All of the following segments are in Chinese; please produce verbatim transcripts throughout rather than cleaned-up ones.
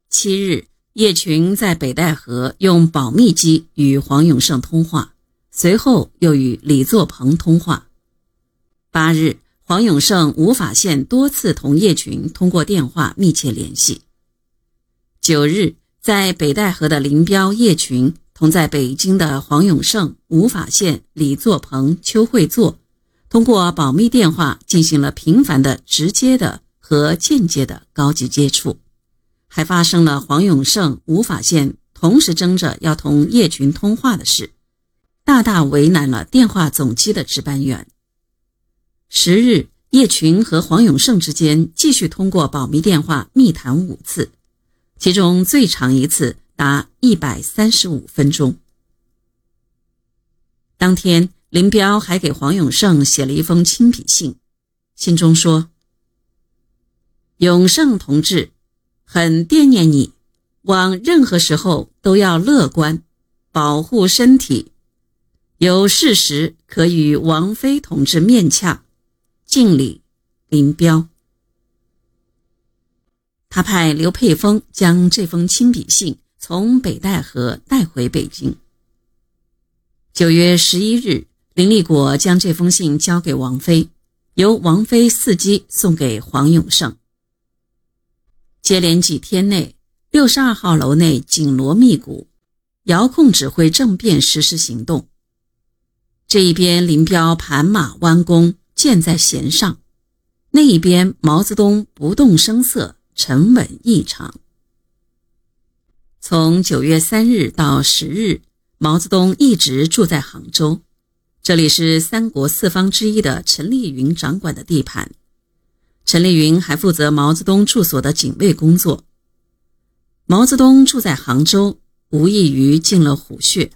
七日，叶群在北戴河用保密机与黄永胜通话，随后又与李作鹏通话。八日，黄永胜、吴法宪多次同叶群通过电话密切联系。九日，在北戴河的林彪、叶群同在北京的黄永胜、吴法宪、李作鹏、邱会作通过保密电话进行了频繁的直接的和间接的高级接触，还发生了黄永胜、吴法宪同时争着要同叶群通话的事，大大为难了电话总机的值班员。十日，叶群和黄永胜之间继续通过保密电话密谈五次，其中最长一次达一百三十五分钟。当天，林彪还给黄永胜写了一封亲笔信，信中说：永胜同志，很惦念你，往任何时候都要乐观，保护身体，有事时可与王菲同志面洽，敬礼，林彪。他派刘佩峰将这封亲笔信从北戴河带回北京。九月十一日，林立果将这封信交给王菲，由王菲伺机送给黄永胜。接连几天内，六十二号楼内紧锣密鼓，遥控指挥政变实施行动。这一边林彪盘马弯弓，箭在弦上，那一边毛泽东不动声色，沉稳异常。从九月三日到十日，毛泽东一直住在杭州，这里是三国四方之一的陈丽云掌管的地盘。陈丽云还负责毛泽东住所的警卫工作。毛泽东住在杭州，无异于进了虎穴。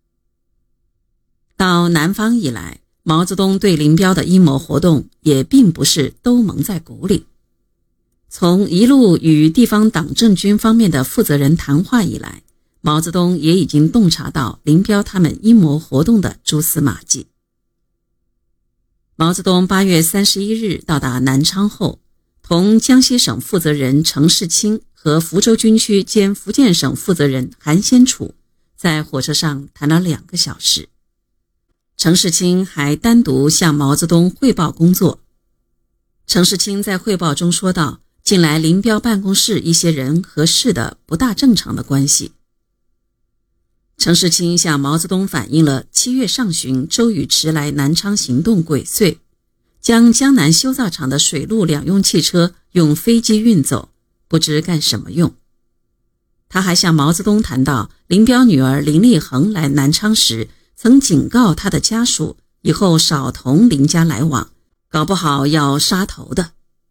到南方以来，毛泽东对林彪的阴谋活动也并不是都蒙在鼓里。从一路与地方党政军方面的负责人谈话以来，毛泽东也已经洞察到林彪他们阴谋活动的蛛丝马迹。毛泽东八月三十一日到达南昌后，同江西省负责人程世清和福州军区兼福建省负责人韩先楚在火车上谈了两个小时。程世清还单独向毛泽东汇报工作。程世清在汇报中说道，近来林彪办公室一些人和事的不大正常的关系。程世清向毛泽东反映了七月上旬周宇驰来南昌行动鬼祟，将江南修造厂的水陆两用汽车用飞机运走，不知干什么用。他还向毛泽东谈到林彪女儿林立恒来南昌时，曾警告他的家属以后少同林家来往，搞不好要杀头的。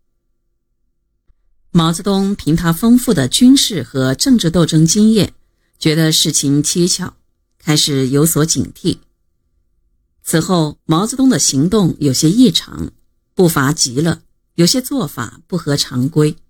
毛泽东凭他丰富的军事和政治斗争经验，觉得事情蹊跷，开始有所警惕。此后，毛泽东的行动有些异常，步伐急了，有些做法不合常规。